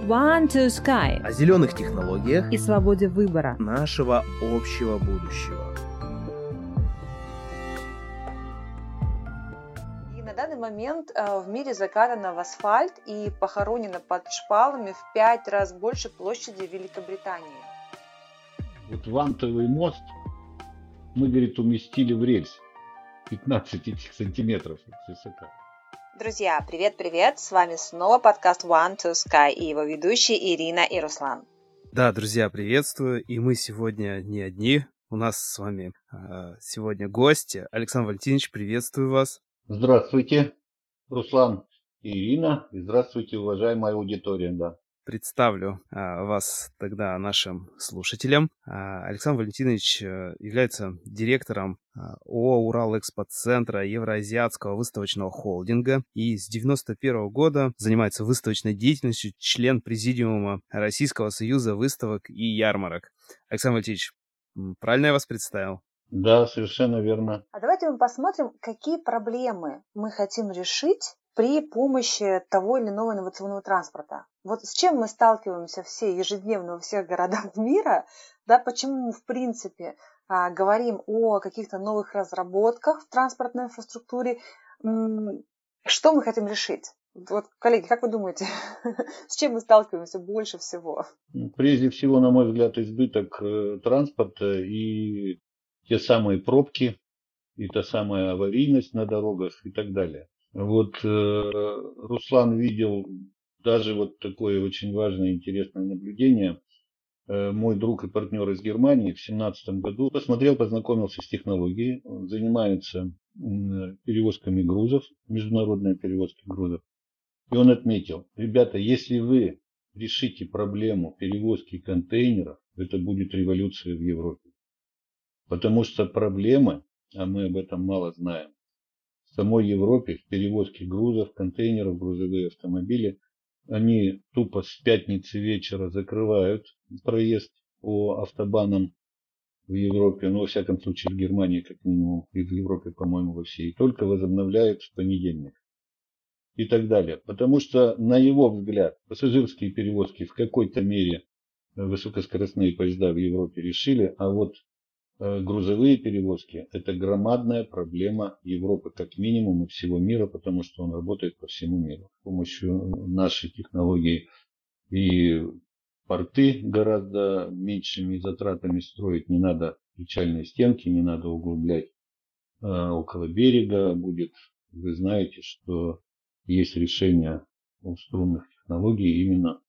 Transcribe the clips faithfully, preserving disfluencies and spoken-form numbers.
One to Sky. О зеленых технологиях И свободе выбора. нашего общего будущего. И на данный момент э, в мире закатано в асфальт и похоронено под шпалами в пять раз больше площади Великобритании. Вот вантовый мост мы, говорит, уместили в рельс пятнадцать сантиметров высота. Друзья, привет-привет! С вами снова подкаст One to Sky и его ведущие Ирина и Руслан. Да, друзья, приветствую. И мы сегодня не одни. У нас с вами э, сегодня гости. Александр Валентинович, приветствую вас. Здравствуйте, Руслан и Ирина. И здравствуйте, уважаемая аудитория. Да. Представлю а, вас тогда нашим слушателям. А, Александр Валентинович а, является директором а, ООО «Урал-Экспоцентра» Евроазиатского выставочного холдинга и с девяносто первого года занимается выставочной деятельностью, член президиума Российского союза выставок и ярмарок. Александр Валентинович, правильно я вас представил? Да, совершенно верно. А давайте мы посмотрим, какие проблемы мы хотим решить при помощи того или иного инновационного транспорта. Вот с чем мы сталкиваемся все ежедневно во всех городах мира, да, почему мы в принципе а, говорим о каких-то новых разработках в транспортной инфраструктуре, м- что мы хотим решить? Вот, коллеги, как вы думаете, с чем мы сталкиваемся больше всего? Прежде всего, на мой взгляд, избыток э, транспорта и те самые пробки, и та самая аварийность на дорогах и так далее. Вот э, Руслан видел даже вот такое очень важное и интересное наблюдение. Э, мой друг и партнер из Германии в две тысячи семнадцатом году посмотрел, познакомился с технологией. Он занимается э, перевозками грузов, международной перевозки грузов. И он отметил: ребята, если вы решите проблему перевозки контейнеров, это будет революция в Европе. Потому что проблемы, а мы об этом мало знаем, в самой Европе в перевозке грузов, контейнеров, грузовые автомобили, они тупо с пятницы вечера закрывают проезд по автобанам в Европе, ну, во всяком случае, в Германии, как минимум, и в Европе, по-моему, во всей, и только возобновляют в понедельник. И так далее. Потому что, на его взгляд, пассажирские перевозки в какой-то мере высокоскоростные поезда в Европе решили, а вот грузовые перевозки – это громадная проблема Европы, как минимум, и всего мира, потому что он работает по всему миру. С помощью нашей технологии и порты гораздо меньшими затратами строить, не надо причальные стенки, не надо углублять а, около берега будет. Вы знаете, что есть решение струнных технологий именно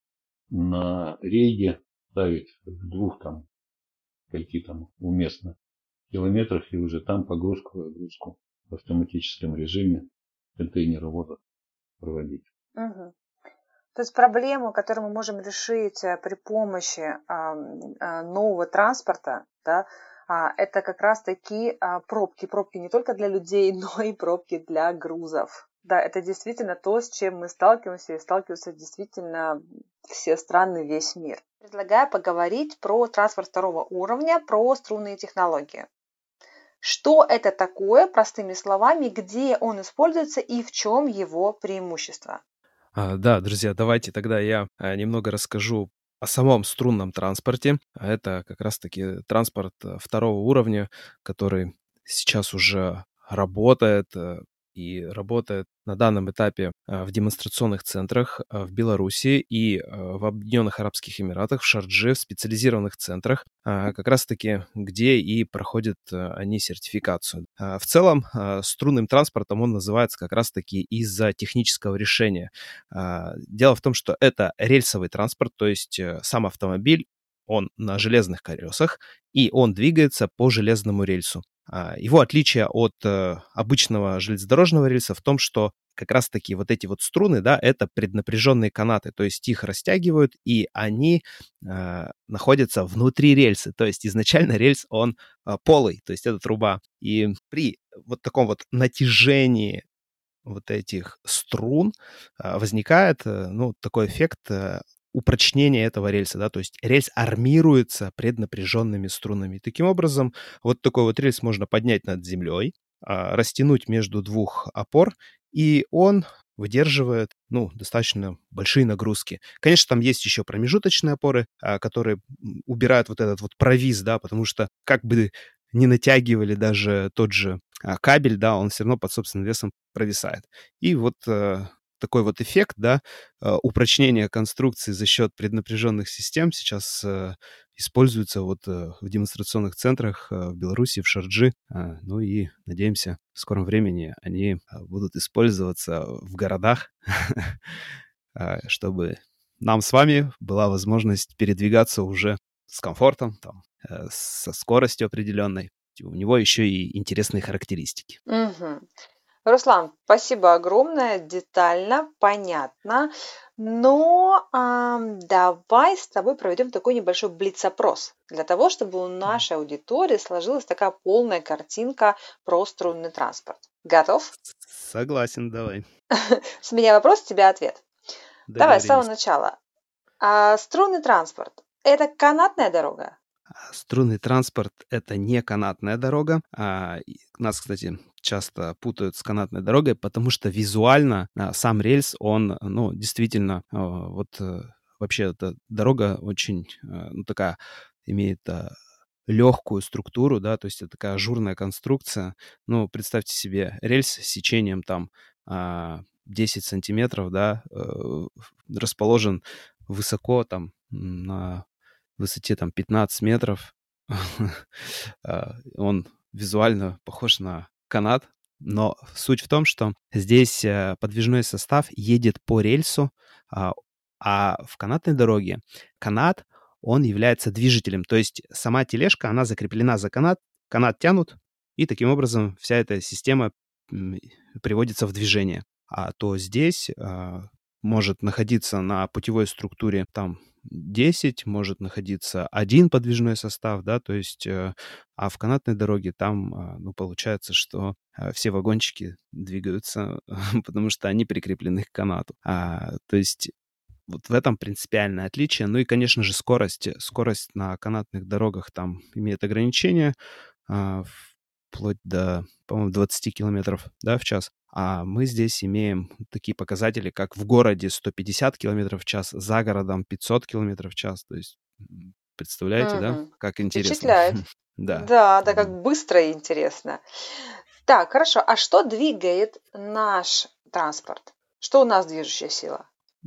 на рейде ставить в двух там какие там уместно километрах, и уже там погрузку и отгрузку в автоматическом режиме контейнеровоза проводить. Угу. То есть проблему, которую мы можем решить при помощи а, а, нового транспорта, да, а, это как раз таки а, пробки. Пробки не только для людей, но и пробки для грузов. Да, это действительно то, с чем мы сталкиваемся, и сталкиваются действительно все страны, весь мир. Предлагаю поговорить про транспорт второго уровня, про струнные технологии. Что это такое, простыми словами, где он используется и в чем его преимущество? А, да, друзья, давайте тогда я а, немного расскажу о самом струнном транспорте. Это как раз-таки транспорт второго уровня, который сейчас уже работает и работает на данном этапе в демонстрационных центрах в Беларуси и в Объединенных Арабских Эмиратах, в Шардже, в специализированных центрах, как раз-таки, где и проходят они сертификацию. В целом, струнным транспортом он называется как раз-таки из-за технического решения. Дело в том, что это рельсовый транспорт, то есть сам автомобиль, он на железных колесах, и он двигается по железному рельсу. Его отличие от э, обычного железнодорожного рельса в том, что как раз-таки вот эти вот струны, да, это преднапряженные канаты, то есть их растягивают, и они э, находятся внутри рельсы, то есть изначально рельс, он э, полый, то есть это труба. И при вот таком вот натяжении вот этих струн э, возникает, э, ну, такой эффект э, упрочнения этого рельса, да, то есть рельс армируется преднапряженными струнами. Таким образом, вот такой вот рельс можно поднять над землей, растянуть между двух опор, и он выдерживает, ну, достаточно большие нагрузки. Конечно, там есть еще промежуточные опоры, а, которые м, убирают вот этот вот провис, да, потому что как бы не натягивали даже тот же а, кабель, да, он все равно под собственным весом провисает. И вот э, такой вот эффект, да, э, упрочнения конструкции за счет преднапряженных систем сейчас э, используется вот э, в демонстрационных центрах э, в Беларуси, в Шарджи. А, ну и надеемся, в скором времени они а, будут использоваться в городах, а, чтобы нам с вами была возможность передвигаться уже с комфортом, там, э, со скоростью определенной. У него еще и интересные характеристики. Мгм. Руслан, спасибо огромное, детально, понятно. Но ам, давай с тобой проведем такой небольшой блиц-опрос, для того, чтобы у нашей аудитории сложилась такая полная картинка про струнный транспорт. Готов? Согласен, давай. С меня вопрос, с тебя ответ. Давай с самого Договорились. начала. А, струнный транспорт– это канатная дорога? А Струнный транспорт — это не канатная дорога. А, и Нас, кстати, часто путают с канатной дорогой, потому что визуально а, сам рельс, он, ну, действительно, а, вот э, вообще эта дорога очень, э, ну, такая, имеет а, легкую структуру, да, то есть это такая ажурная конструкция. Ну, представьте себе рельс с сечением там а, десять сантиметров, да, э, расположен высоко там на высоте там пятнадцать метров. А, Он визуально похож на канат, но суть в том, что здесь э, подвижной состав едет по рельсу, а а в канатной дороге канат, он является движителем. То есть сама тележка, она закреплена за канат, канат тянут, и таким образом вся эта система м, приводится в движение. А то здесь а, может находиться на путевой структуре там десять, может находиться один подвижной состав, да, то есть, э, а в канатной дороге там, а, ну, получается, что а, все вагончики двигаются, потому что они прикреплены к канату. А, то есть вот в этом принципиальное отличие. Ну и, конечно же, скорость. Скорость на канатных дорогах там имеет ограничения, а, вплоть до, по-моему, двадцать километров, да, в час. А мы здесь имеем такие показатели, как в городе сто пятьдесят километров в час, за городом пятьсот километров в час. То есть, м, представляете, да, Мгм. как интересно? Впечатляет. Да. Да, да, как М. быстро и интересно. Так, хорошо. А что двигает наш транспорт? Что у нас движущая сила?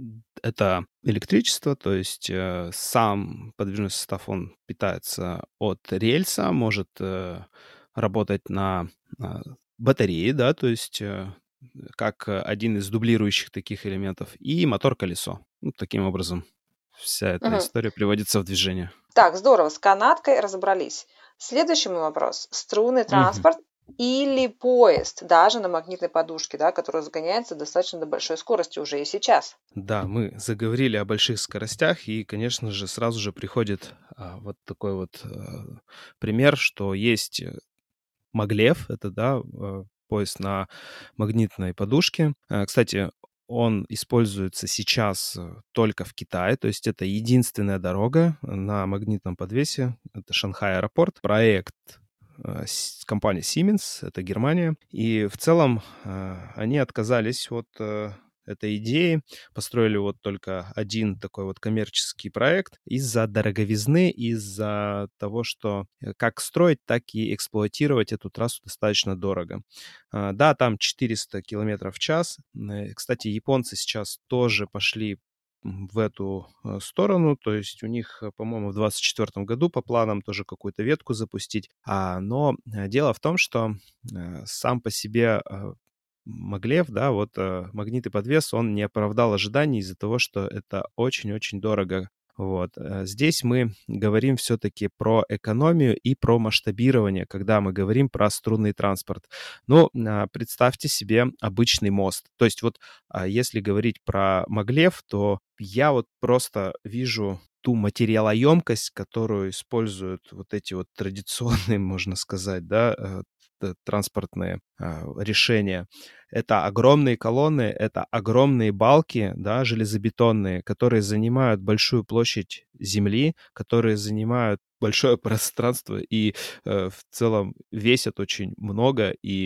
Это электричество, то есть э, сам подвижной состав, он питается от рельса, может э, работать на а, батарее, да, то есть э, как э, один из дублирующих таких элементов, и мотор-колесо. Ну, таким образом, вся эта Мгм. история приводится в движение. Так, здорово, с канаткой разобрались. Следующий мой вопрос. Струнный Мгм. транспорт или поезд, даже на магнитной подушке, да, который разгоняется достаточно до большой скорости уже и сейчас? Да, мы заговорили о больших скоростях, и, конечно же, сразу же приходит а, вот такой вот а, пример, что есть э, Маглев, это, да, э, поезд на магнитной подушке. Э, Кстати, он используется сейчас э, только в Китае, то есть это единственная дорога на магнитном подвесе. Это Шанхай аэропорт. Проект э, с- компании Siemens, это Германия. И в целом э, они отказались от э, этой идеи, построили вот только один такой вот коммерческий проект из-за дороговизны, из-за того, что э, как строить, так и эксплуатировать эту трассу достаточно дорого. А, Да, там четыреста километров в час. Э, Кстати, японцы сейчас тоже пошли м, в эту э, сторону, то есть у них, э, по-моему, в двадцать четвертом году по планам тоже какую-то ветку запустить. А, но э, дело в том, что э, сам по себе э, Маглев, да, вот э, магнитный подвес, он не оправдал ожиданий из-за того, что это очень-очень дорого. Вот. э, Здесь мы говорим все-таки про экономию и про масштабирование, когда мы говорим про струнный транспорт. Ну, а, представьте себе обычный мост. То есть вот а, если говорить про Маглев, то я вот просто вижу ту материалоемкость, которую используют вот эти вот традиционные, можно сказать, да, э, т- транспортные а, решения. Это огромные колонны, это огромные балки, да, железобетонные, которые занимают большую площадь земли, которые занимают большое пространство и э, в целом весят очень много и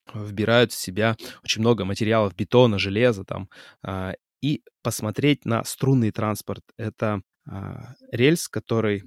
вбирают в себя очень много материалов бетона, железа там. А, и посмотреть на струнный транспорт. Это а, рельс, который,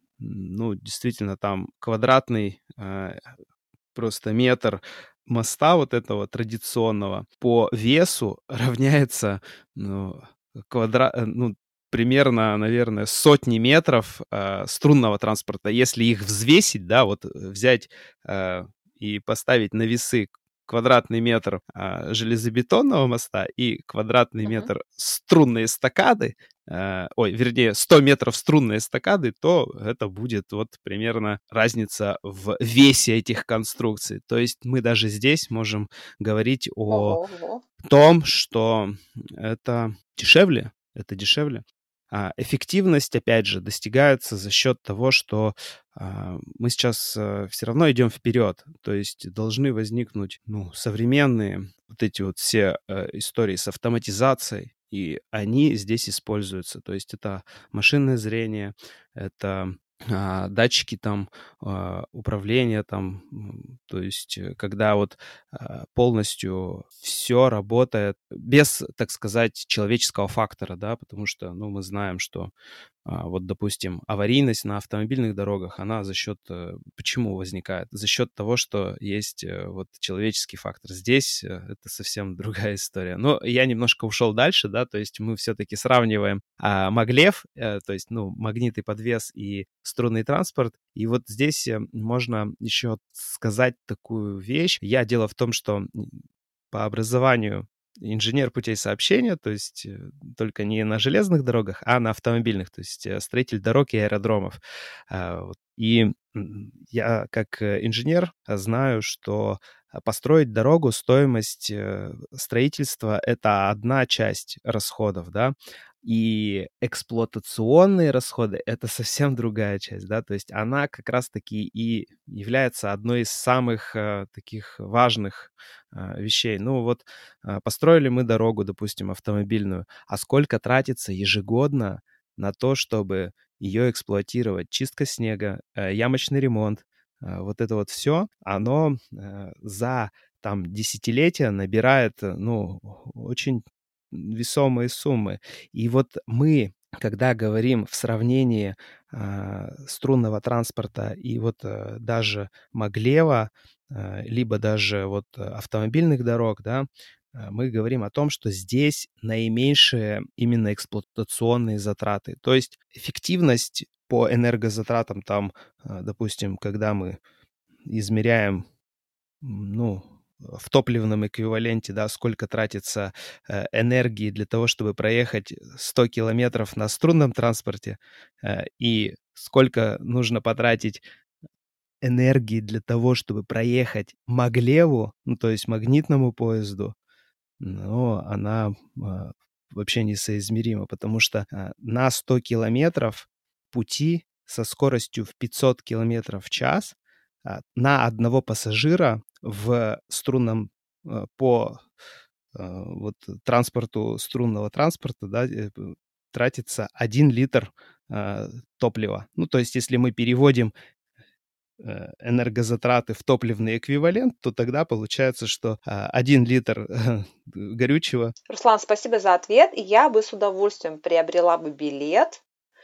ну, действительно, там квадратный а, просто метр моста вот этого традиционного по весу равняется, ну, квадра... э, ну, примерно, наверное, сотни метров э, струнного транспорта. Если их взвесить, да, вот э, взять э, и поставить на весы квадратный метр а, железобетонного моста и квадратный Мгм. метр струнной эстакады, э, ой, вернее, сто метров струнной эстакады, то это будет вот примерно разница в весе этих конструкций. То есть мы даже здесь можем говорить о Ого, ого. том, что это дешевле, это дешевле. А эффективность, опять же, достигается за счет того, что а, мы сейчас все равно идем вперед. То есть должны возникнуть, ну, современные вот эти вот все э, истории с автоматизацией, и они здесь используются. То есть это машинное зрение, это а, датчики там а, управления там, м, то есть э, когда вот а, полностью все работает без, так сказать, человеческого фактора, да, потому что, ну, мы знаем, что а, вот, допустим, аварийность на автомобильных дорогах, она за счет, э, почему возникает? За счет того, что есть э, вот человеческий фактор. Здесь э, это совсем другая история. Но я немножко ушел дальше, да, то есть мы все-таки сравниваем а, маглев, э, то есть, ну, магнитный подвес и струнный транспорт. И вот здесь э, можно еще сказать такую вещь. Я дело в том, что м, по образованию инженер путей сообщения, то есть э, только не на железных дорогах, а на автомобильных, то есть э, строитель дорог и аэродромов. А, вот. И м, я как э, инженер а, знаю, что а, построить дорогу, стоимость э, строительства — это одна часть расходов, да, и эксплуатационные расходы — это совсем другая часть, да, то есть она как раз-таки и является одной из самых э, таких важных э, вещей. Ну вот а, построили мы дорогу, допустим, автомобильную, а сколько тратится ежегодно на то, чтобы ее эксплуатировать? Чистка снега, э, ямочный ремонт, э, вот это вот все, оно э, за там десятилетия набирает, э, ну, очень весомые суммы. И вот мы, когда говорим в сравнении а, струнного транспорта и вот а, даже Маглева, а, либо даже вот а, автомобильных дорог, да, а, мы говорим о том, что здесь наименьшие именно эксплуатационные затраты. То есть эффективность по энергозатратам там, а, допустим, когда мы измеряем, м, ну, в топливном эквиваленте, да, сколько тратится э, энергии для того, чтобы проехать сто километров на струнном транспорте, э, и сколько нужно потратить энергии для того, чтобы проехать Маглеву, ну, то есть магнитному поезду, но она а, вообще несоизмерима, потому что а, на сто километров пути со скоростью в пятьсот километров в час а, на одного пассажира в струнном а, по а, вот транспорту, струнного транспорта, да, э, п- тратится один литр а, топлива. Ну, то есть, если мы переводим э, энергозатраты в топливный эквивалент, то тогда получается, что а, один литр э, горючего. Руслан, спасибо за ответ. И я бы с удовольствием приобрела бы билет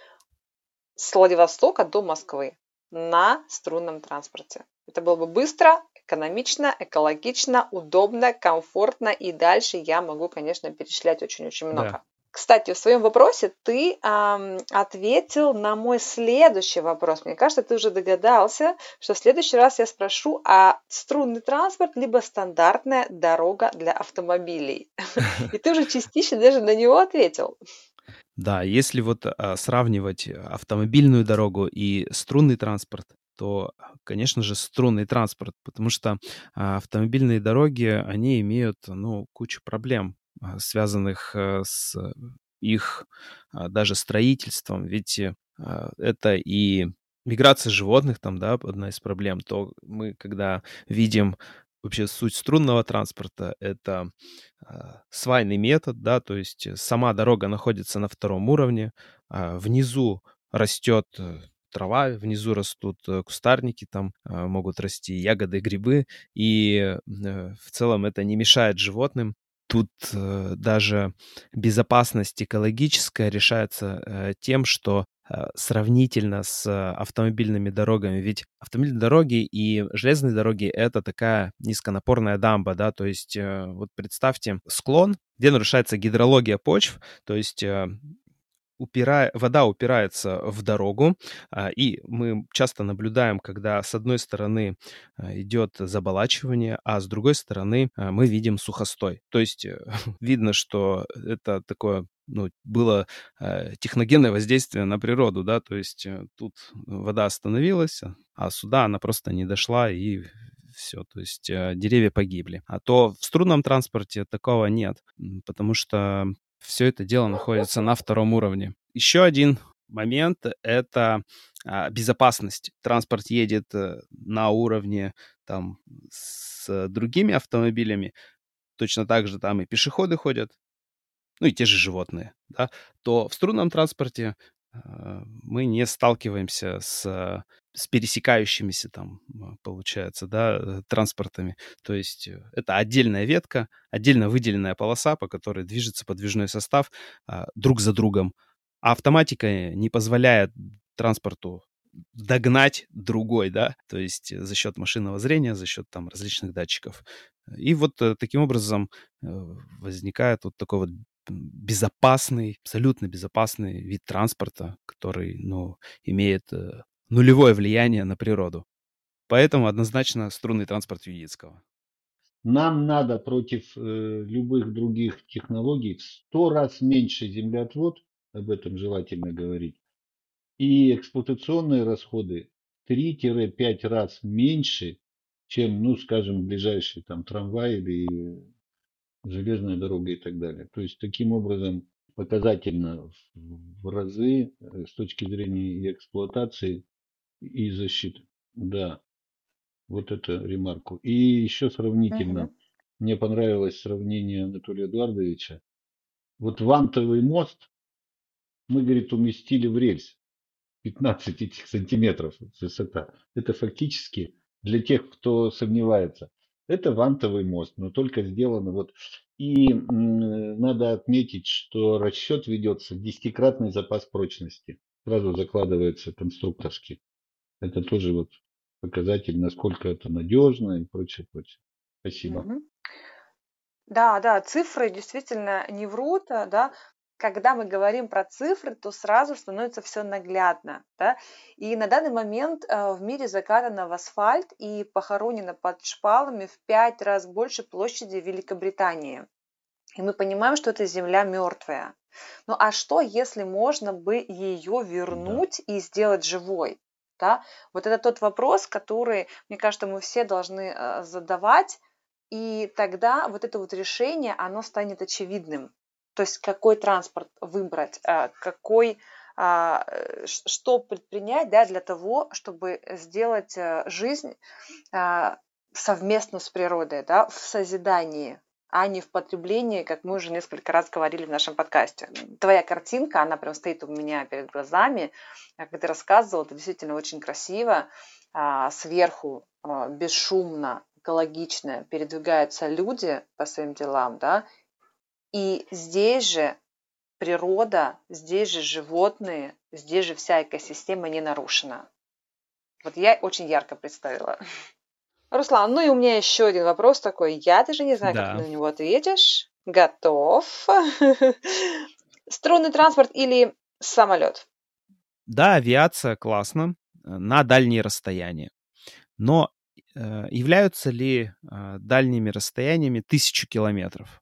с Владивостока до Москвы на струнном транспорте. Это было бы быстро, экономично, экологично, удобно, комфортно. И дальше я могу, конечно, перечислять очень-очень много. Да. Кстати, в своем вопросе ты ам, ответил на мой следующий вопрос. Мне кажется, ты уже догадался, что в следующий раз я спрошу, а струнный транспорт либо стандартная дорога для автомобилей? И ты уже частично даже на него ответил. Да, если вот а, сравнивать автомобильную дорогу и струнный транспорт, то, конечно же, струнный транспорт, потому что а, автомобильные дороги, они имеют, ну, кучу проблем, а, связанных э, с их а, даже строительством. Ведь э, а, это и миграция животных там, да, одна из проблем. То мы, когда видим вообще суть струнного транспорта, это а, свайный метод, да, то есть э, сама дорога находится на втором уровне, а внизу растет э, трава, внизу растут кустарники, там могут расти ягоды, грибы, и в целом это не мешает животным. Тут даже безопасность экологическая решается тем, что сравнительно с автомобильными дорогами, ведь автомобильные дороги и железные дороги — это такая низконапорная дамба, да, то есть вот представьте склон, где нарушается гидрология почв, то есть упира... вода упирается в дорогу, и мы часто наблюдаем, когда с одной стороны идет заболачивание, а с другой стороны мы видим сухостой. То есть видно, что это такое, ну, было техногенное воздействие на природу, да, то есть тут вода остановилась, а сюда она просто не дошла, и все, то есть деревья погибли. А то в струнном транспорте такого нет, потому что все это дело находится на втором уровне. Еще один момент — это а, безопасность. Транспорт едет на уровне там с другими автомобилями, точно так же там и пешеходы ходят, ну и те же животные, да, то в струнном транспорте э, мы не сталкиваемся с, с пересекающимися там, получается, да, транспортами. То есть это отдельная ветка, отдельно выделенная полоса, по которой движется подвижной состав э, друг за другом. А автоматика не позволяет транспорту догнать другой, да, то есть за счет машинного зрения, за счет там различных датчиков. И вот э, таким образом э, возникает вот такой вот безопасный, абсолютно безопасный вид транспорта, который, ну, имеет э, нулевое влияние на природу. Поэтому однозначно струнный транспорт Юдицкого. Нам надо против э, любых других технологий в сто раз меньше землеотвод, об этом желательно говорить, и эксплуатационные расходы три-пять раз меньше, чем, ну, скажем, ближайший там трамвай или железная дорога и так далее. То есть таким образом показательно в разы с точки зрения и эксплуатации, и защиты. Да, вот это ремарку. И еще сравнительно. Угу. Мне понравилось сравнение Анатолия Эдуардовича. Вот вантовый мост мы, говорит, уместили в рельс. пятнадцать этих сантиметров высота. Это фактически для тех, кто сомневается. Это вантовый мост, но только сделано вот. И м, надо отметить, что расчет ведется десятикратный запас прочности. Сразу закладывается конструкторский. Это тоже вот показатель, насколько это надежно и прочее, прочее. Спасибо. Угу. Да, да, цифры действительно не врут, да. Когда мы говорим про цифры, то сразу становится все наглядно. Да? И на данный момент в мире закатано в асфальт и похоронено под шпалами в пять раз больше площади Великобритании. И мы понимаем, что это земля мертвая. Ну а что, если можно бы ее вернуть да. и сделать живой? Да? Вот это тот вопрос, который, мне кажется, мы все должны задавать, и тогда вот это вот решение, оно станет очевидным. То есть какой транспорт выбрать, какой, что предпринять, да, для того, чтобы сделать жизнь совместно с природой, да, в созидании, а не в потреблении, как мы уже несколько раз говорили в нашем подкасте. Твоя картинка, она прям стоит у меня перед глазами, как ты рассказывала, это действительно очень красиво, сверху бесшумно, экологично передвигаются люди по своим делам, да. И здесь же природа, здесь же животные, здесь же вся экосистема не нарушена. Вот я очень ярко представила. Руслан, ну и у меня еще один вопрос такой. Я даже не знаю, да. как ты на него ответишь. Готов. Струнный транспорт или самолет? Да, авиация классно на дальние расстояния. Но э, являются ли э, дальними расстояниями тысячу километров?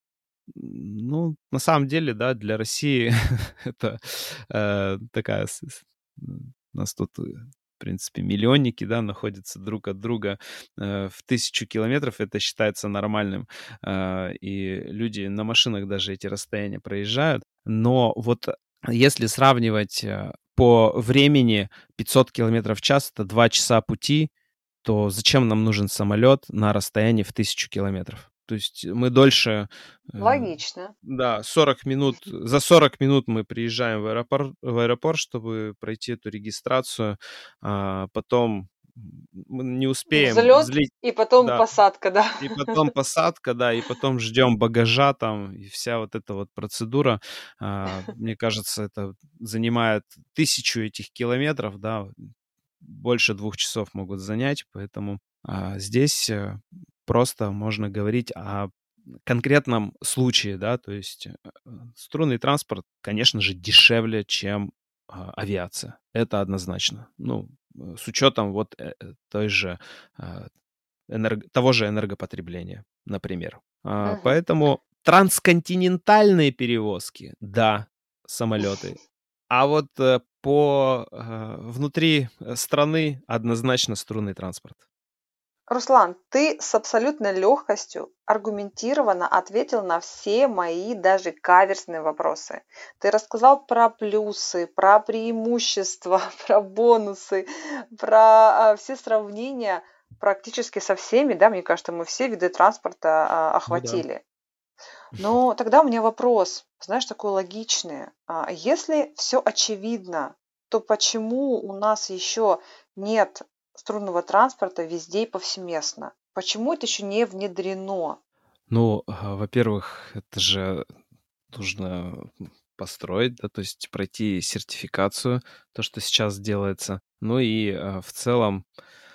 Ну, на самом деле, да, для России это э, такая... У нас тут, в принципе, миллионники, да, находятся друг от друга э, в тысячу километров. Это считается нормальным. Э, и люди на машинах даже эти расстояния проезжают. Но вот если сравнивать по времени пятьсот километров в час, это два часа пути, то зачем нам нужен самолет на расстоянии в тысячу километров? То есть мы дольше... э, Логично. Да, сорок минут, за сорок минут мы приезжаем в аэропорт, в аэропорт, чтобы пройти эту регистрацию. А потом мы не успеем Взлет взлететь, и потом да, посадка, да. и потом посадка, да, и потом ждем багажа там, и вся вот эта вот процедура. а, Мне кажется, это занимает тысячу этих километров, да, больше двух часов могут занять, поэтому а, здесь э, просто можно говорить о конкретном случае, да, то есть э, э, струнный транспорт, конечно же, дешевле, чем а, авиация. Это однозначно. Ну, э, с учетом вот э, э, той же, а, энерго- того же энергопотребления, например. А, Мгм. Поэтому трансконтинентальные перевозки, да, самолеты. А вот э, по э, внутри э, страны однозначно струнный транспорт. Руслан, ты с абсолютной легкостью аргументированно ответил на все мои даже каверсные вопросы. Ты рассказал про плюсы, про преимущества, про бонусы, про а, все сравнения практически со всеми, да, мне кажется, мы все виды транспорта а, Ну да. охватили. Но тогда у меня вопрос, знаешь, такой логичный. А Если все очевидно, то почему у нас еще нет струнного транспорта везде и повсеместно? Почему это еще не внедрено? Ну, а, во-первых, это же нужно построить, да, то есть пройти сертификацию, то, что сейчас делается. Ну и а, в целом,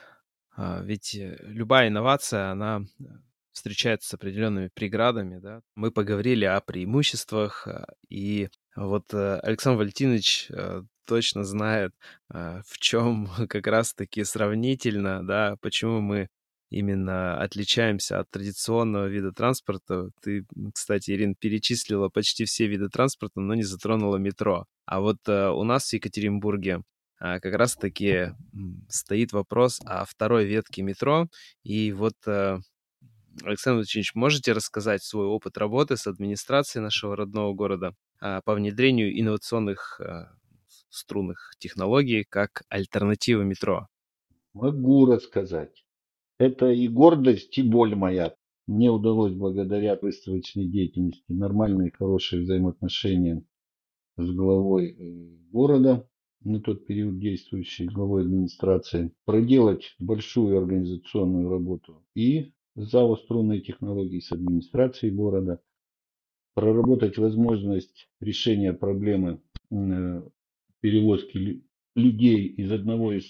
а, ведь э, любая инновация, она э, встречается с определенными преградами, да. Мы поговорили о преимуществах, а, и вот э, Александр Валентинович э, точно знает, а, в чем как раз-таки сравнительно, да, почему мы именно отличаемся от традиционного вида транспорта. Ты, м, кстати, Ирина, перечислила почти все виды транспорта, но не затронула метро. А вот э, у нас в Екатеринбурге а, как раз-таки м, стоит вопрос о второй ветке метро. И вот, э, Александр Владимирович, можете рассказать свой опыт работы с администрацией нашего родного города а, по внедрению инновационных а, струнных технологий как альтернативы метро? Могу рассказать. Это и гордость, и боль моя. Мне удалось благодаря выставочной деятельности нормальные, хорошие взаимоотношения с главой э, города, на тот период действующей главой администрации, проделать большую организационную работу и с ЗАО «Струнные технологии», с администрацией города, проработать возможность решения проблемы э, перевозки лю- людей из одного из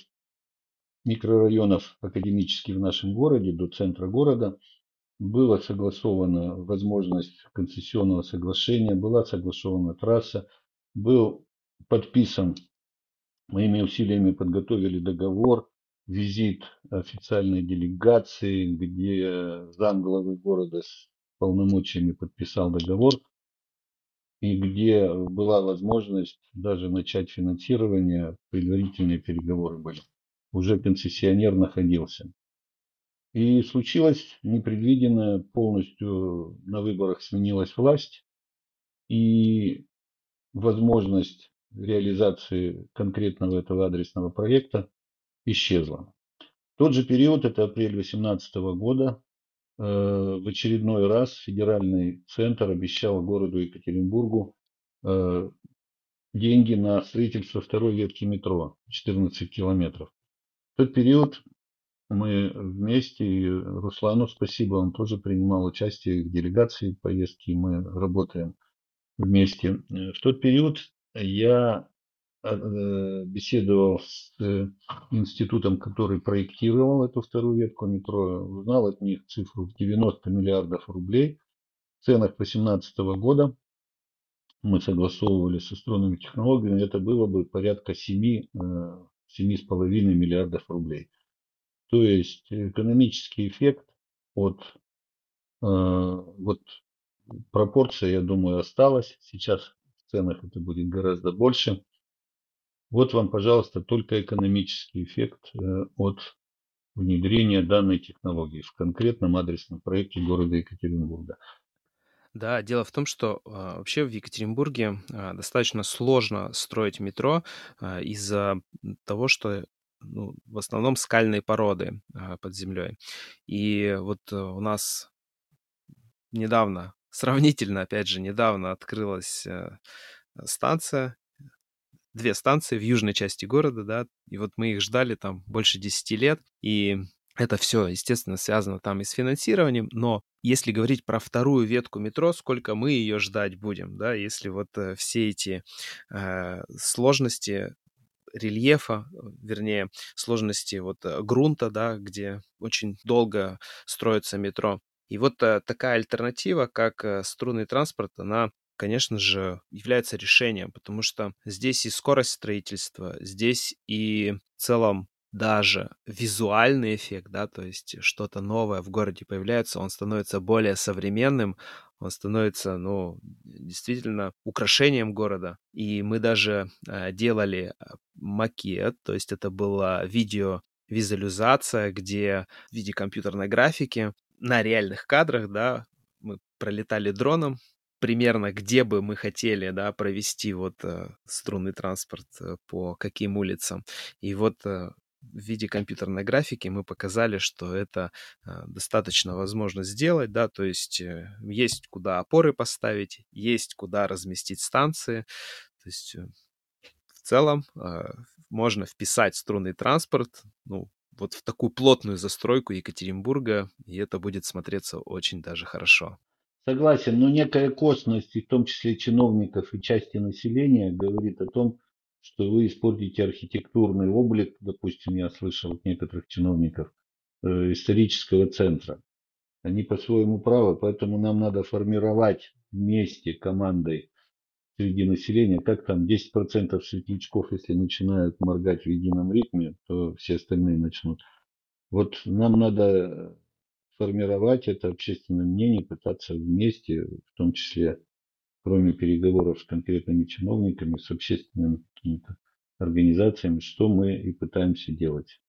микрорайонов академических в нашем городе до центра города. Была согласована возможность концессионного соглашения, была согласована трасса, был подписан, моими усилиями подготовили договор, визит официальной делегации, где замглавы города с полномочиями подписал договор, и где была возможность даже начать финансирование, предварительные переговоры были. Уже концессионер находился. И случилось непредвиденное, полностью на выборах сменилась власть, и возможность реализации конкретного этого адресного проекта исчезла. В тот же период, это апрель две тысячи восемнадцатого года, э, в очередной раз федеральный центр обещал городу Екатеринбургу э, деньги на строительство второй ветки метро, четырнадцать километров. В тот период мы вместе, и Руслану спасибо, он тоже принимал участие в делегации поездки, мы работаем вместе. В тот период я э, беседовал с э, институтом, который проектировал эту вторую ветку метро, узнал от них цифру в девяносто миллиардов рублей. В ценах две тысячи восемнадцатого года мы согласовывали со струнными технологиями, это было бы порядка семи, семи с половиной миллиардов рублей. То есть экономический эффект от э, вот пропорция, я думаю, осталась. Сейчас в ценах это будет гораздо больше. Вот вам, пожалуйста, только экономический эффект э, от внедрения данной технологии в конкретном адресном проекте города Екатеринбурга. Да, дело в том, что а, вообще в Екатеринбурге а, достаточно сложно строить метро а, из-за того, что ну, в основном скальные породы а, под землей. И вот а, у нас недавно, сравнительно, опять же, недавно открылась э, станция, две станции в южной части города, да, и вот мы их ждали там больше десяти лет, и это все, естественно, связано там и с финансированием, но если говорить про вторую ветку метро, сколько мы ее ждать будем, да, если вот э, все эти э, сложности рельефа, э, вернее, сложности вот э, грунта, да, где очень долго строится метро. И вот э, такая альтернатива, как э, струнный транспорт, она, конечно же, является решением, потому что здесь и скорость строительства, здесь и в целом даже визуальный эффект, да, то есть что-то новое в городе появляется, он становится более современным, он становится, ну, действительно украшением города. И мы даже э, делали э, макет, то есть это была видеовизуализация, где в виде компьютерной графики на реальных кадрах, да, мы пролетали дроном, примерно где бы мы хотели, да, провести вот э, струнный транспорт, э, по каким улицам. И вот э, в виде компьютерной графики мы показали, что это э, достаточно возможно сделать, да, то есть э, есть куда опоры поставить, есть куда разместить станции, то есть э, в целом э, можно вписать струнный транспорт, ну, вот в такую плотную застройку Екатеринбурга, и это будет смотреться очень даже хорошо. Согласен, но некая косность, и в том числе чиновников и части населения, говорит о том, что вы испортите архитектурный облик, допустим, я слышал от некоторых чиновников, э, исторического центра. Они по-своему правы, поэтому нам надо формировать вместе командой среди населения, как там десять процентов светлячков, если начинают моргать в едином ритме, то все остальные начнут. Вот нам надо формировать это общественное мнение, пытаться вместе, в том числе, кроме переговоров с конкретными чиновниками, с общественными какими-то организациями, что мы и пытаемся делать.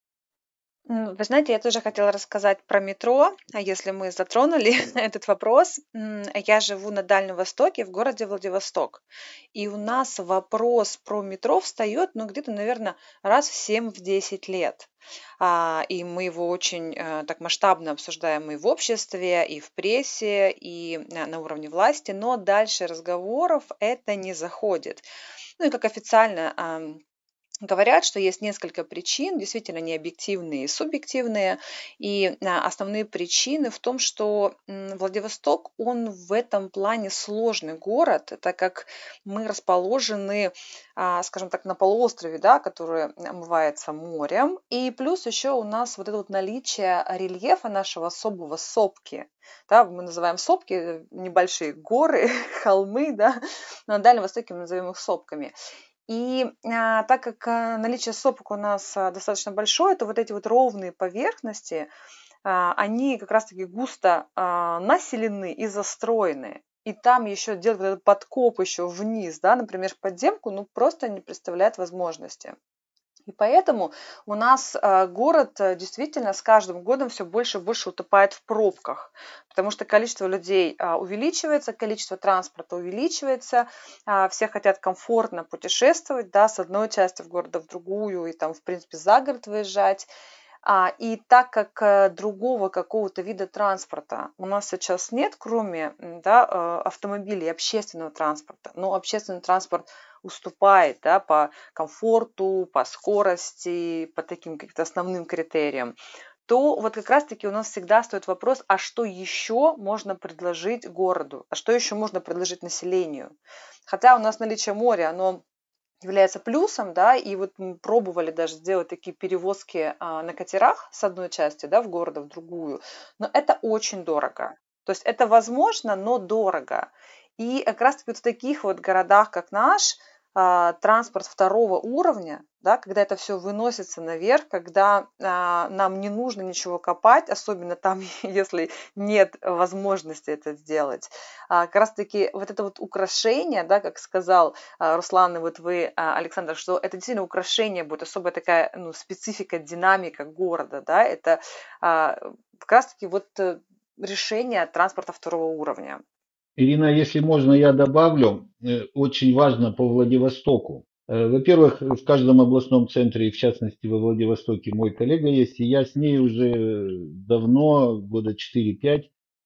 М, Вы знаете, я тоже хотела рассказать про метро, а если мы затронули этот вопрос. М, Я живу на Дальнем Востоке, в городе Владивосток. И у нас вопрос про метро встает, ну, где-то, наверное, раз в семь-десять лет. А, И мы его очень э, так масштабно обсуждаем и в обществе, и в прессе, и э, на уровне власти, но дальше разговоров это не заходит. Ну и как официально ам, говорят, что есть несколько причин, действительно не объективные и субъективные. И а, основные причины в том, что м, Владивосток, он в этом плане сложный город, так как мы расположены, а, скажем так, на полуострове, да, который омывается морем. И плюс еще у нас вот это вот наличие рельефа нашего особого сопки. Да, мы называем сопки э, небольшие горы, холмы, да, на Дальнем Востоке мы назовем их сопками. И а, так как а, наличие сопок у нас а, достаточно большое, то вот эти вот ровные поверхности, а, они как раз-таки густо а, населены и застроены. И там еще делать вот этот подкоп еще вниз, да, например, в подземку, ну просто не представляет возможности. И поэтому у нас а, город а, действительно с каждым годом все больше и больше утопает в пробках, потому что количество людей а, увеличивается, количество транспорта увеличивается, а, все хотят комфортно путешествовать, да, с одной части в города в другую и там, в принципе, за город выезжать. А, И так как э, другого какого-то вида транспорта у нас сейчас нет, кроме м, да, э, автомобилей, общественного транспорта, но общественный транспорт уступает, да, по комфорту, по скорости, по таким каким-то основным критериям, то вот как раз-таки у нас всегда стоит вопрос, а что еще можно предложить городу, а что еще можно предложить населению. Хотя у нас наличие моря, оно является плюсом, да, и вот мы пробовали даже сделать такие перевозки а, на катерах с одной части, да, в города в другую, но это очень дорого. То есть это возможно, но дорого. И как раз-таки вот в таких вот городах, как наш, а, транспорт второго уровня, да, когда это все выносится наверх, когда а, нам не нужно ничего копать, особенно там, если нет возможности это сделать. А, как раз-таки вот это вот украшение, да, как сказал а, Руслан и вот вы, а, Александр, что это действительно украшение будет, особая такая, ну, специфика, динамика города, да, это а, как раз-таки вот э, решение транспорта второго уровня. Ирина, если можно, я добавлю, э, очень важно по Владивостоку. Э, Во-первых, в каждом областном центре, и в частности во Владивостоке, мой коллега есть, и я с ней уже давно, года четыре-пять,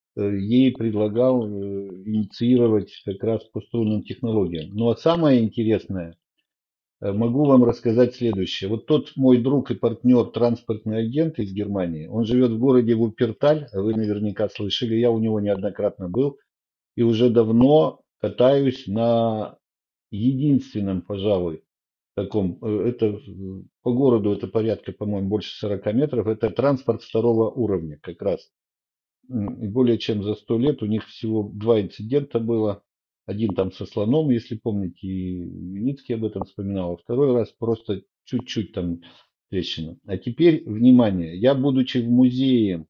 ей предлагал инициировать как раз по струнным технологиям. Ну а самое интересное, могу вам рассказать следующее. Вот тот мой друг и партнер, транспортный агент из Германии, он живет в городе Вупперталь, вы наверняка слышали, я у него неоднократно был, и уже давно катаюсь на единственном, пожалуй, таком, это по городу это порядка, по-моему, больше сорока метров, это транспорт второго уровня как раз. И более чем за сто лет у них всего два инцидента было. Один там со слоном, если помните, и Юницкий об этом вспоминал, а второй раз просто чуть-чуть там трещина. А теперь, внимание, я, будучи в музее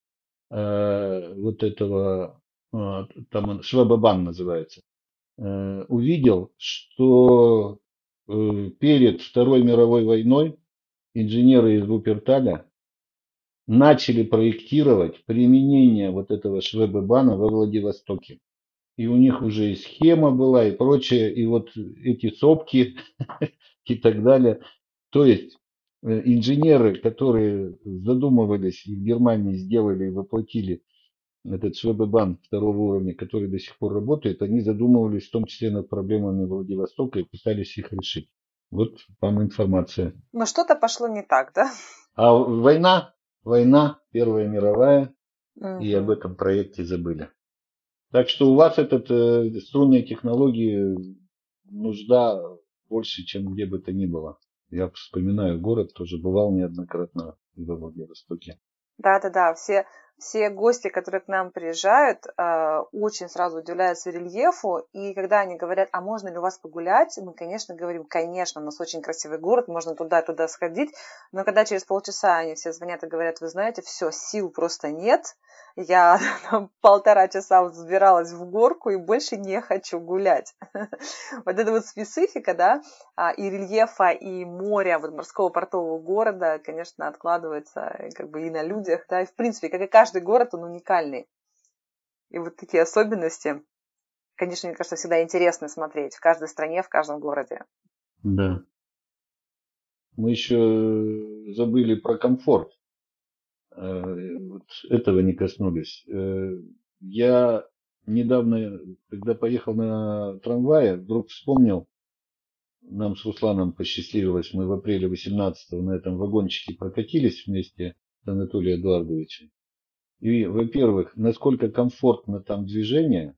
э, вот этого, э, там он, Швабабан называется, э, увидел, что э, перед Второй мировой войной инженеры из Вупперталя начали проектировать применение вот этого Швебебана во Владивостоке. И у них уже и схема была, и прочее, и вот эти сопки и так далее. То есть инженеры, которые задумывались и в Германии сделали и воплотили этот Швебебан второго уровня, который до сих пор работает, они задумывались в том числе над проблемами Владивостока и пытались их решить. Вот вам информация. Но что-то пошло не так, да? А война, война, Первая мировая, Угу. и об этом проекте забыли. Так что у вас этот э, струнные технологии нужда больше, чем где бы то ни было. Я вспоминаю город, тоже бывал неоднократно во Владивостоке. Да-да-да, все, все гости, которые к нам приезжают, э, очень сразу удивляются рельефу, и когда они говорят, а можно ли у вас погулять, мы, конечно, говорим, конечно, у нас очень красивый город, можно туда-туда сходить, но когда через полчаса они все звонят и говорят, вы знаете, все, сил просто нет, я там, полтора часа взбиралась в горку и больше не хочу гулять. Вот эта вот специфика, да, и рельефа, и моря, вот морского портового города, конечно, откладывается как бы и на людях, да, и в принципе, как и каждый город, он уникальный. И вот такие особенности, конечно, мне кажется, всегда интересно смотреть в каждой стране, в каждом городе. Да. Мы еще забыли про комфорт. Вот этого не коснулись. Я недавно, когда поехал на трамвае, вдруг вспомнил, нам с Русланом посчастливилось, мы в апреле восемнадцатого на этом вагончике прокатились вместе с Анатолием Эдуардовичем. И, во-первых, насколько комфортно там движение,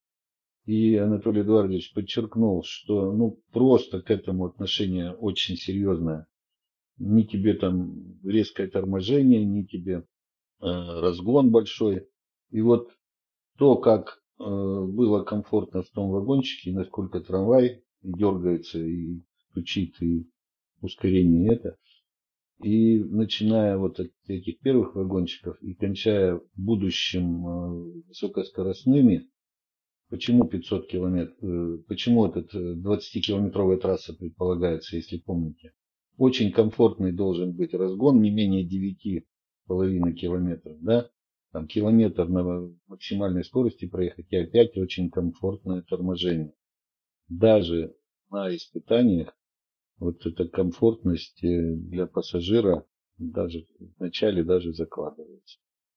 и Анатолий Эдуардович подчеркнул, что ну просто к этому отношение очень серьезное. Ни тебе там резкое торможение, ни тебе э, разгон большой. И вот то, как э, было комфортно в том вагончике, насколько трамвай дергается и стучит, и ускорение это. И начиная вот от этих первых вагончиков и кончая будущим э, высокоскоростными, почему пятьсот километров, э, почему этот двадцатикилометровая трасса предполагается, если помните. Очень комфортный должен быть разгон, не менее девяти с половиной километров, да? Там километр на максимальной скорости проехать, и опять очень комфортное торможение. Даже на испытаниях вот эта комфортность для пассажира даже вначале даже закладывается.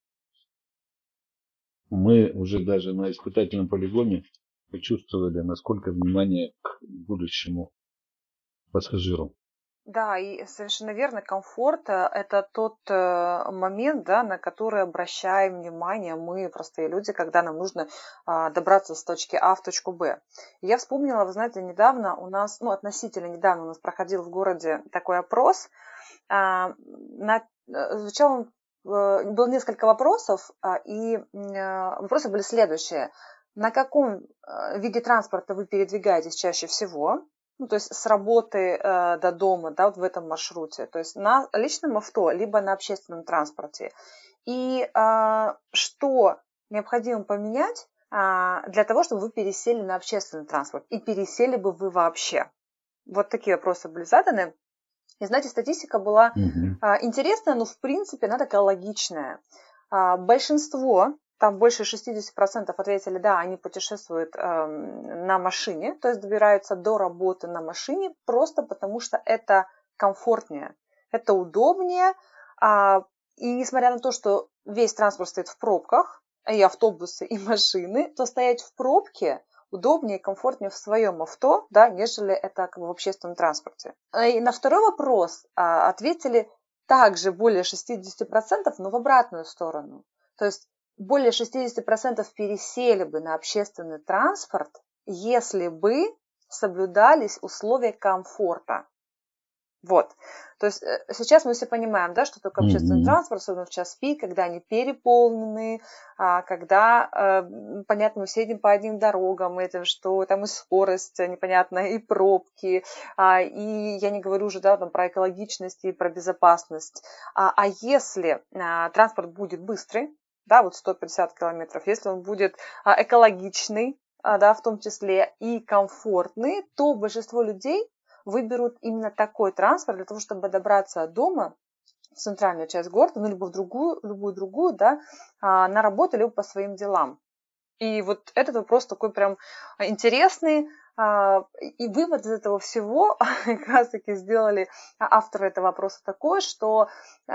Мы уже даже на испытательном полигоне почувствовали, насколько внимание к будущему пассажиру. Да, и совершенно верно, комфорт – это тот момент, да, на который обращаем внимание мы, простые люди, когда нам нужно добраться с точки А в точку Б. И я вспомнила, вы знаете, недавно у нас, ну, относительно недавно у нас проходил в городе такой опрос. На, звучал он, было несколько вопросов, и вопросы были следующие. На каком виде транспорта вы передвигаетесь чаще всего? Ну, то есть с работы э, до дома, да, вот в этом маршруте, то есть на личном авто, либо на общественном транспорте. И э, что необходимо поменять э, для того, чтобы вы пересели на общественный транспорт? И пересели бы вы вообще? Вот такие вопросы были заданы. И, знаете, статистика была э, интересная, но, в принципе, она такая логичная. Э, большинство... Там больше шестьдесят процентов ответили, да, они путешествуют э, на машине, то есть добираются до работы на машине, просто потому что это комфортнее, это удобнее. А, и несмотря на то, что весь транспорт стоит в пробках, и автобусы, и машины, то стоять в пробке удобнее и комфортнее в своем авто, да, нежели это как бы в общественном транспорте. И на второй вопрос а, ответили также более шестьдесят процентов, но в обратную сторону. То есть более шестьдесят процентов пересели бы на общественный транспорт, если бы соблюдались условия комфорта. Вот. То есть сейчас мы все понимаем, да, что такое общественный mm-hmm. транспорт, особенно в час пик, когда они переполнены, когда, понятно, мы все едем по одним дорогам, это что там и скорость непонятная, и пробки, и я не говорю уже, да, там, про экологичность и про безопасность. А если транспорт будет быстрый, да, вот сто пятьдесят километров, если он будет экологичный, да, в том числе и комфортный, то большинство людей выберут именно такой транспорт для того, чтобы добраться от дома в центральную часть города, ну, либо в другую, любую другую, да, на работу, либо по своим делам. И вот этот вопрос такой прям интересный, и вывод из этого всего как раз-таки сделали авторы этого вопроса такой, что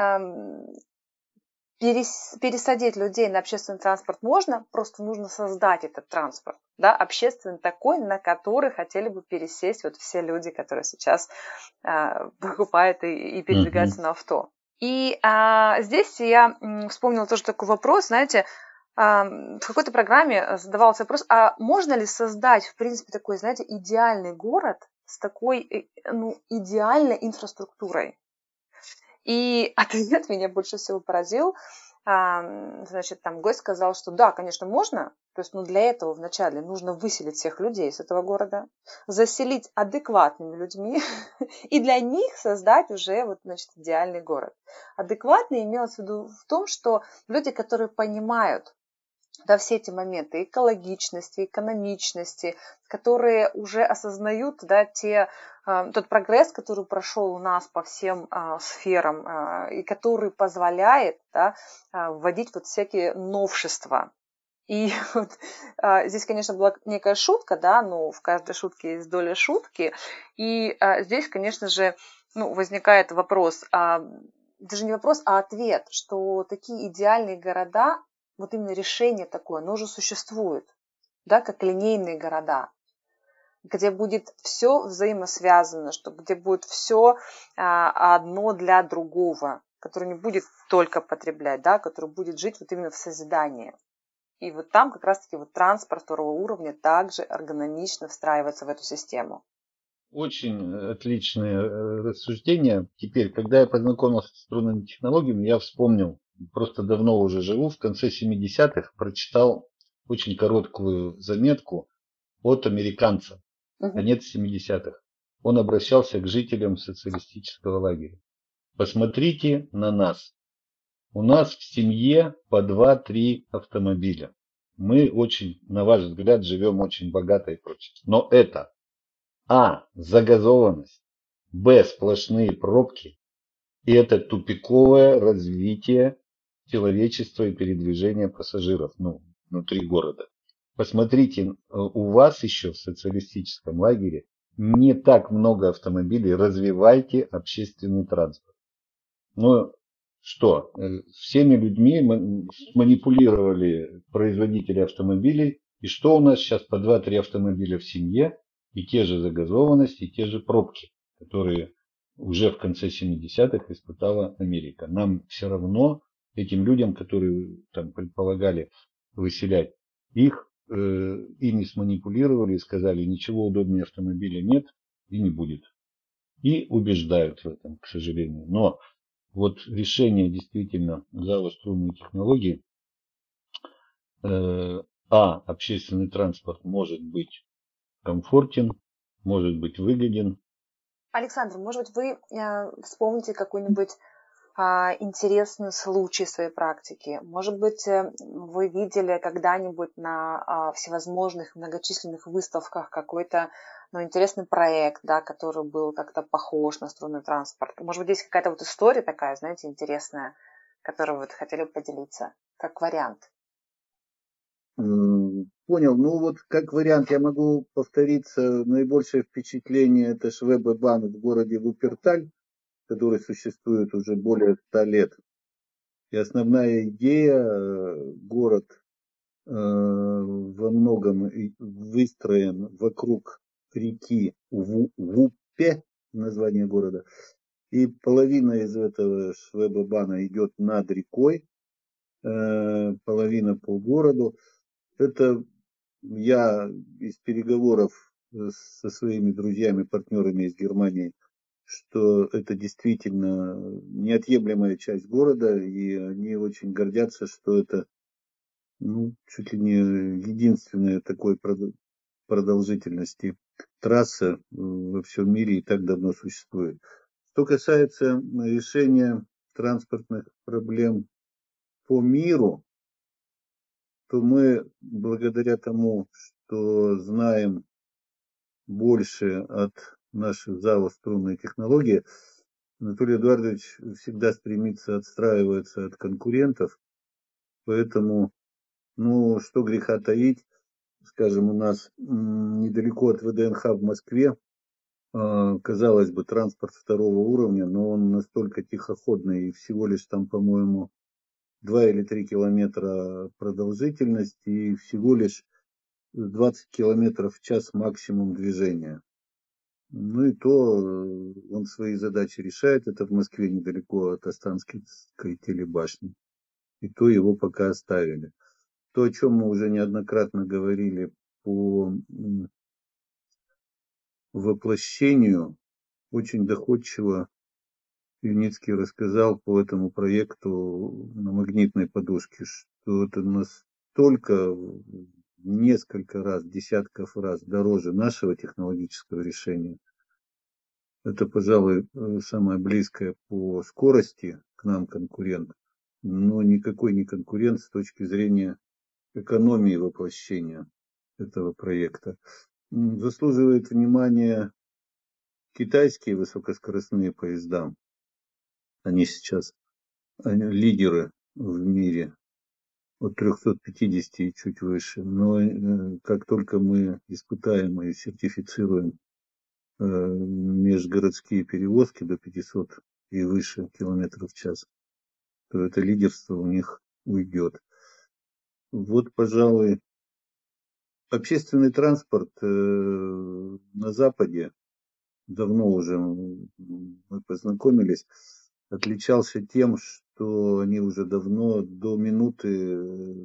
пересадить людей на общественный транспорт можно, просто нужно создать этот транспорт, да, общественный такой, на который хотели бы пересесть вот все люди, которые сейчас э, покупают и, и передвигаются mm-hmm. на авто. И э, здесь я вспомнила тоже такой вопрос, знаете, э, в какой-то программе задавался вопрос, а можно ли создать, в принципе, такой, знаете, идеальный город с такой, ну, идеальной инфраструктурой? И ответ меня больше всего поразил. Значит, там гость сказал, что да, конечно, можно. То есть, ну, для этого вначале нужно выселить всех людей из этого города, заселить адекватными людьми и для них создать уже вот, значит, идеальный город. Адекватный имелось в виду в том, что люди, которые понимают, да, все эти моменты экологичности, экономичности, которые уже осознают, да, те, э, тот прогресс, который прошел у нас по всем э, сферам э, и который позволяет, да, э, вводить вот всякие новшества. И вот, э, здесь, конечно, была некая шутка, да, но в каждой шутке есть доля шутки. И э, здесь, конечно же, ну, возникает вопрос, э, даже не вопрос, а ответ, что такие идеальные города, вот именно решение такое, оно уже существует, да, как линейные города, где будет все взаимосвязано, что где будет все а, одно для другого, который не будет только потреблять, да, который будет жить вот именно в созидании. И вот там как раз-таки вот транспорт второго уровня также эргономично встраивается в эту систему. Очень отличное рассуждение. Теперь, когда я познакомился с струнными технологиями, я вспомнил, просто давно уже живу, в конце семидесятых прочитал очень короткую заметку от американца, uh-huh. конец семидесятых. Он обращался к жителям социалистического лагеря. Посмотрите на нас. У нас в семье по два-три автомобиля. Мы очень, на ваш взгляд, живем очень богато и прочее. Но это а. загазованность, б. сплошные пробки, и это тупиковое развитие человечества и передвижения пассажиров, ну, внутри города. Посмотрите, у вас еще в социалистическом лагере не так много автомобилей, развивайте общественный транспорт. Ну, что, всеми людьми манипулировали производители автомобилей, и что у нас сейчас по два-три автомобиля в семье, и те же загазованности, и те же пробки, которые уже в конце семидесятых испытала Америка. Нам все равно, этим людям, которые там предполагали выселять, их, э, ими сманипулировали и сказали, ничего удобнее автомобиля нет и не будет. И убеждают в этом, к сожалению. Но вот решение действительно зала струнной технологии, э, а, общественный транспорт может быть комфортен, может быть выгоден. Александр, может быть, вы э, вспомните какой-нибудь э, интересный случай в своей практике? Может быть, э, вы видели когда-нибудь на э, всевозможных многочисленных выставках какой-то, ну, интересный проект, да, который был как-то похож на струнный транспорт? Может быть, есть какая-то вот история такая, знаете, интересная, которой вы хотели бы поделиться, как вариант? Понял. Ну вот как вариант я могу повториться. Наибольшее впечатление это Швебе-банк в городе Вуперталь, который существует уже более ста лет. И основная идея, город во многом выстроен вокруг реки Вуппе, название города, и половина из этого Швебебана идет над рекой, половина по городу. Это я из переговоров со своими друзьями, партнерами из Германии, что это действительно неотъемлемая часть города, и они очень гордятся, что это ну, чуть ли не единственная такой продолжительности трасса во всем мире и так давно существует. Что касается решения транспортных проблем по миру, то мы, благодаря тому, что знаем больше от наших ЗАО «Струнные технологии», Анатолий Эдуардович всегда стремится отстраиваться от конкурентов, поэтому, ну, что греха таить, скажем, у нас недалеко от ВДНХ в Москве, казалось бы, транспорт второго уровня, но он настолько тихоходный, и всего лишь там, по-моему, два или три километра продолжительность и всего лишь двадцать километров в час максимум движения. Ну и то он свои задачи решает. Это в Москве недалеко от Останкинской телебашни. И то его пока оставили. То, о чем мы уже неоднократно говорили по воплощению, очень доходчиво Юницкий рассказал по этому проекту на магнитной подушке, что это настолько несколько раз, десятков раз дороже нашего технологического решения. Это, пожалуй, самое близкое по скорости к нам конкурент, но никакой не конкурент с точки зрения экономии воплощения этого проекта. Заслуживает внимания китайские высокоскоростные поезда. Они сейчас они лидеры в мире от трёхсот пятидесяти и чуть выше. Но как только мы испытаем и сертифицируем межгородские перевозки до пятисот и выше километров в час, то это лидерство у них уйдет. Вот, пожалуй, общественный транспорт на Западе, давно уже мы познакомились, отличался тем, что они уже давно до минуты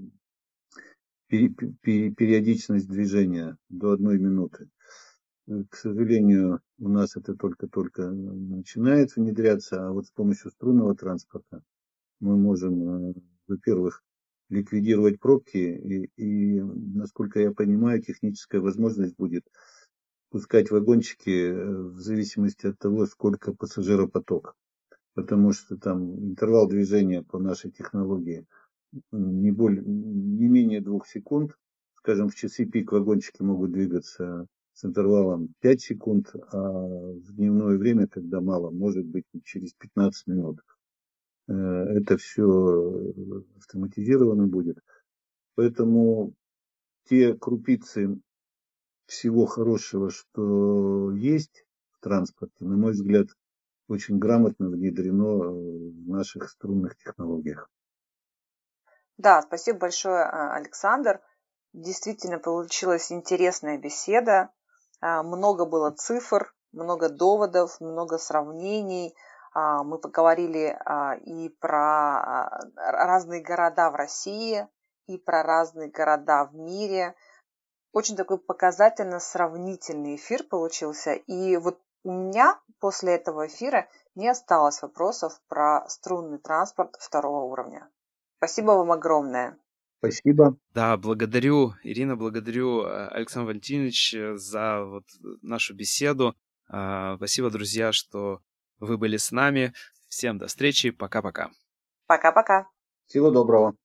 периодичность движения, до одной минуты. К сожалению, у нас это только-только начинает внедряться, а вот с помощью струнного транспорта мы можем, во-первых, ликвидировать пробки, и, и, насколько я понимаю, техническая возможность будет пускать вагончики в зависимости от того, сколько пассажиропоток. Потому что там интервал движения по нашей технологии не, более, не менее двух секунд. Скажем, в часы пик вагончики могут двигаться с интервалом пять секунд, а в дневное время, когда мало, может быть через пятнадцать минут. Это все автоматизировано будет. Поэтому те крупицы всего хорошего, что есть в транспорте, на мой взгляд, очень грамотно внедрено в наших струнных технологиях. Да, спасибо большое, Александр. Действительно получилась интересная беседа. Много было цифр, много доводов, много сравнений. Мы поговорили и про разные города в России, и про разные города в мире. Очень такой показательно-сравнительный эфир получился. И вот у меня после этого эфира не осталось вопросов про струнный транспорт второго уровня. Спасибо вам огромное. Спасибо. Да, благодарю, Ирина, благодарю Александр Валентинович за вот нашу беседу. Спасибо, друзья, что вы были с нами. Всем до встречи. Пока-пока. Пока-пока. Всего доброго.